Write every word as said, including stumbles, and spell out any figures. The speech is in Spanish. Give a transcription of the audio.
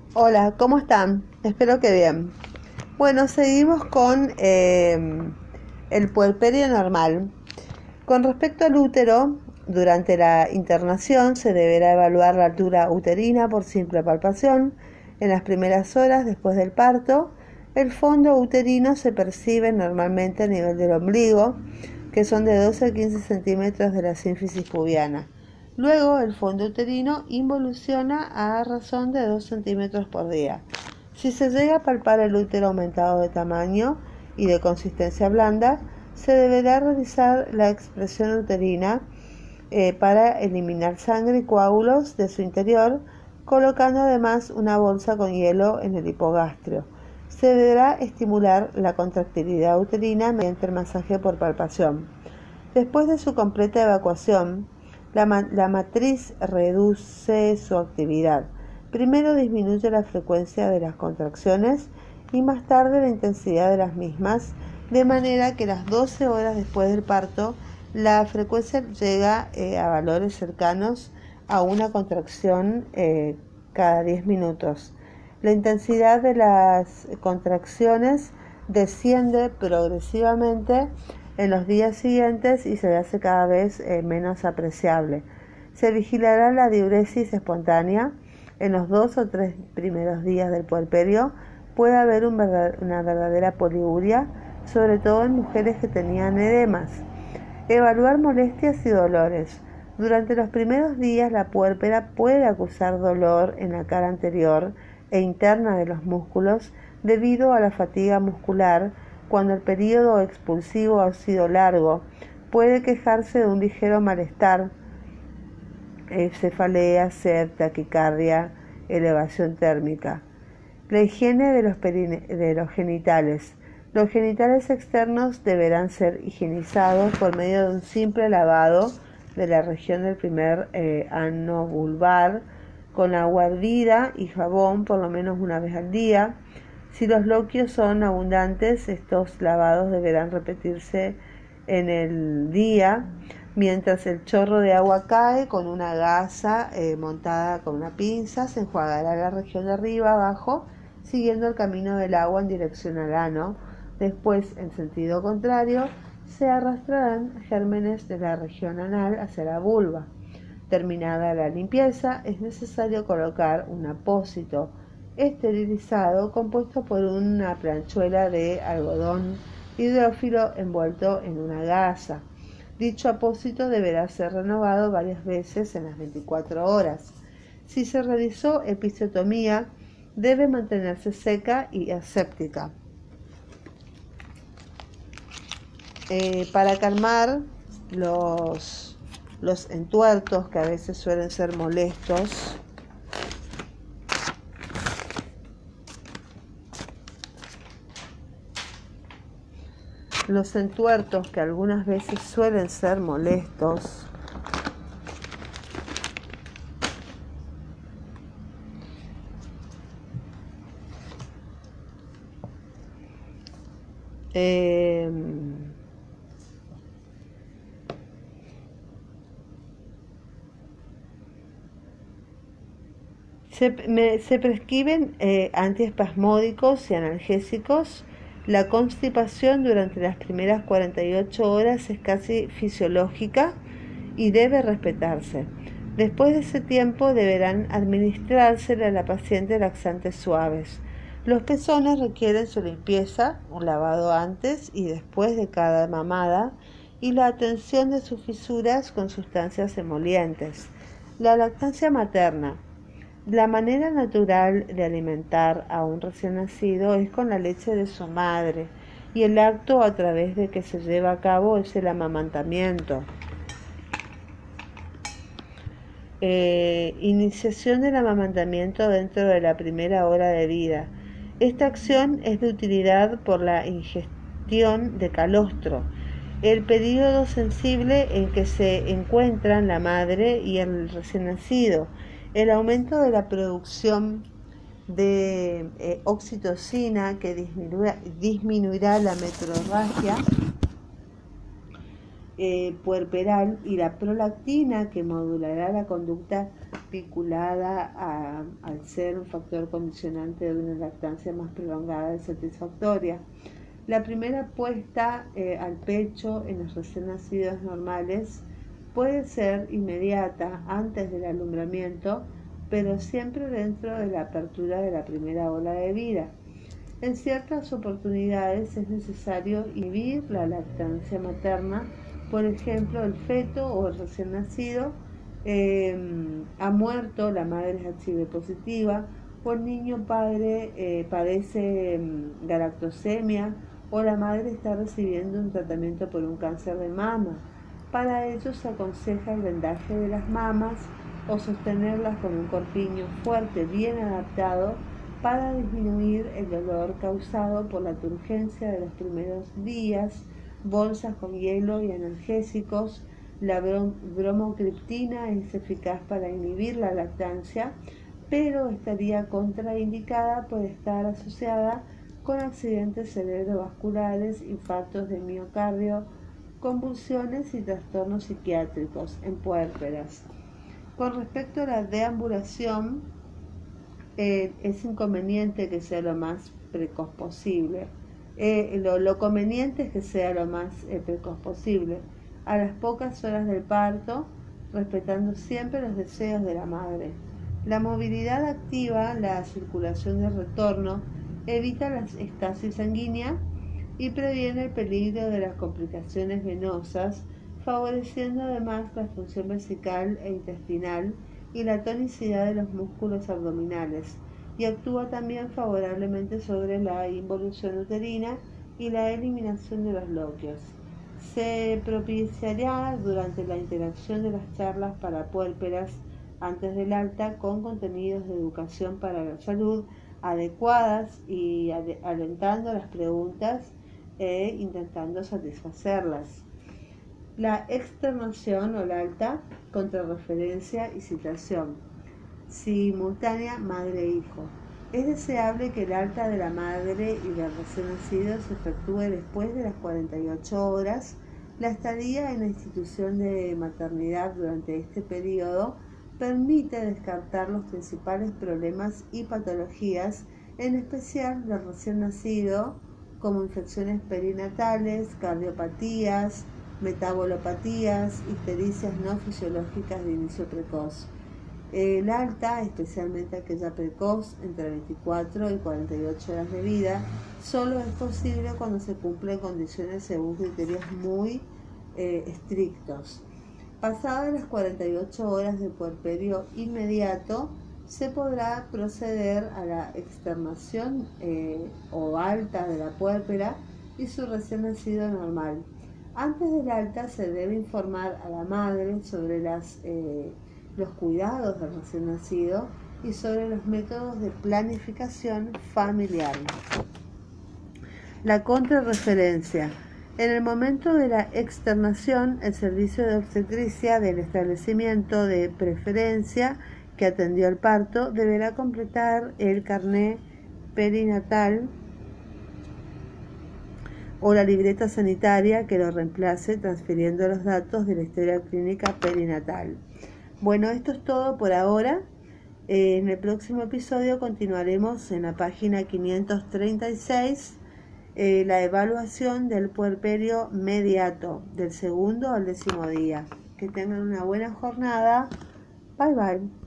Hola, ¿cómo están? Espero que bien. Bueno, seguimos con eh, el puerperio normal. Con respecto al útero, durante la internación se deberá evaluar la altura uterina por simple palpación. En las primeras horas después del parto, el fondo uterino se percibe normalmente a nivel del ombligo, que son de doce a quince centímetros de la sínfisis pubiana. Luego, el fondo uterino involuciona a razón de dos centímetros por día. Si se llega a palpar el útero aumentado de tamaño y de consistencia blanda, se deberá realizar la expresión uterina eh, para eliminar sangre y coágulos de su interior, colocando además una bolsa con hielo en el hipogastrio. Se deberá estimular la contractilidad uterina mediante el masaje por palpación. Después de su completa evacuación, la, ma la matriz reduce su actividad. Primero disminuye la frecuencia de las contracciones y más tarde la intensidad de las mismas, de manera que las doce horas después del parto la frecuencia llega eh, a valores cercanos a una contracción eh, cada diez minutos. La intensidad de las contracciones desciende progresivamente en los días siguientes y se hace cada vez eh, menos apreciable. Se vigilará la diuresis espontánea. En los dos o tres primeros días del puerperio puede haber un verdad, una verdadera poliuria, sobre todo en mujeres que tenían edemas. Evaluar molestias y dolores. Durante los primeros días la puérpera puede acusar dolor en la cara anterior e interna de los músculos debido a la fatiga muscular. Cuando el periodo expulsivo ha sido largo, puede quejarse de un ligero malestar, cefalea, sed, taquicardia, elevación térmica. La higiene de los, de los genitales. Los genitales externos deberán ser higienizados por medio de un simple lavado de la región del primer eh, ano vulvar con agua hervida y jabón por lo menos una vez al día. Si los loquios son abundantes, estos lavados deberán repetirse en el día. Mientras el chorro de agua cae, con una gasa eh, montada con una pinza, se enjuagará la región de arriba abajo, siguiendo el camino del agua en dirección al ano. Después, en sentido contrario, se arrastrarán gérmenes de la región anal hacia la vulva. Terminada la limpieza, es necesario colocar un apósito esterilizado compuesto por una planchuela de algodón hidrófilo envuelto en una gasa. Dicho apósito deberá ser renovado varias veces en las veinticuatro horas. Si se realizó episiotomía, debe mantenerse seca y aséptica. Eh, para calmar los, los entuertos que a veces suelen ser molestos, los entuertos que algunas veces suelen ser molestos, eh, se, me, se prescriben eh, antiespasmódicos y analgésicos. La constipación durante las primeras cuarenta y ocho horas es casi fisiológica y debe respetarse. Después de ese tiempo deberán administrársele a la paciente laxantes suaves. Los pezones requieren su limpieza, un lavado antes y después de cada mamada y la atención de sus fisuras con sustancias emolientes. La lactancia materna. La manera natural de alimentar a un recién nacido es con la leche de su madre y el acto a través de que se lleva a cabo es el amamantamiento. Eh, iniciación del amamantamiento dentro de la primera hora de vida. Esta acción es de utilidad por la ingestión de calostro, el periodo sensible en que se encuentran la madre y el recién nacido, el aumento de la producción de eh, oxitocina que disminuirá, disminuirá la metrorragia eh, puerperal y la prolactina, que modulará la conducta vinculada a, al ser un factor condicionante de una lactancia más prolongada y satisfactoria. La primera puesta eh, al pecho en los recién nacidos normales puede ser inmediata antes del alumbramiento, pero siempre dentro de la apertura de la primera ola de vida. En ciertas oportunidades es necesario inhibir la lactancia materna, por ejemplo, el feto o el recién nacido eh, ha muerto, la madre es H I V positiva, o el niño padre eh, padece eh, galactosemia, o la madre está recibiendo un tratamiento por un cáncer de mama. Para ello se aconseja el vendaje de las mamas o sostenerlas con un corpiño fuerte, bien adaptado, para disminuir el dolor causado por la turgencia de los primeros días. Bolsas con hielo y analgésicos. La bromocriptina es eficaz para inhibir la lactancia, pero estaría contraindicada por estar asociada con accidentes cerebrovasculares, infartos de miocardio, convulsiones y trastornos psiquiátricos en puérperas. Con respecto a la deambulación, eh, es inconveniente que sea lo más precoz posible. Eh, lo, lo conveniente es que sea lo más eh, precoz posible, a las pocas horas del parto, respetando siempre los deseos de la madre. La movilidad activa la circulación de retorno, evita la estasis sanguínea y previene el peligro de las complicaciones venosas, favoreciendo además la función vesical e intestinal y la tonicidad de los músculos abdominales, y actúa también favorablemente sobre la involución uterina y la eliminación de los loquios. Se propiciará durante la interacción de las charlas para puérperas antes del alta con contenidos de educación para la salud adecuadas y alentando las preguntas e intentando satisfacerlas. La externación o la alta, contrarreferencia y citación simultánea madre-hijo. Es deseable que el alta de la madre y del recién nacido se efectúe después de las cuarenta y ocho horas. La estadía en la institución de maternidad durante este periodo permite descartar los principales problemas y patologías, en especial del recién nacido, como infecciones perinatales, cardiopatías, metabolopatías, ictericias no fisiológicas de inicio precoz. El alta, especialmente aquella precoz, entre veinticuatro y cuarenta y ocho horas de vida, solo es posible cuando se cumplen condiciones según criterios muy eh, estrictos. Pasadas las cuarenta y ocho horas de puerperio inmediato, se podrá proceder a la externación eh, o alta de la puérpera y su recién nacido normal. Antes del alta se debe informar a la madre sobre las eh, los cuidados del recién nacido y sobre los métodos de planificación familiar. La contrarreferencia. En el momento de la externación, el servicio de obstetricia del establecimiento de preferencia que atendió el parto deberá completar el carné perinatal o la libreta sanitaria que lo reemplace, transfiriendo los datos de la historia clínica perinatal. Bueno, esto es todo por ahora. Eh, en el próximo episodio continuaremos en la página quinientos treinta y seis, eh, la evaluación del puerperio mediato, del segundo al décimo día. Que tengan una buena jornada. Bye bye.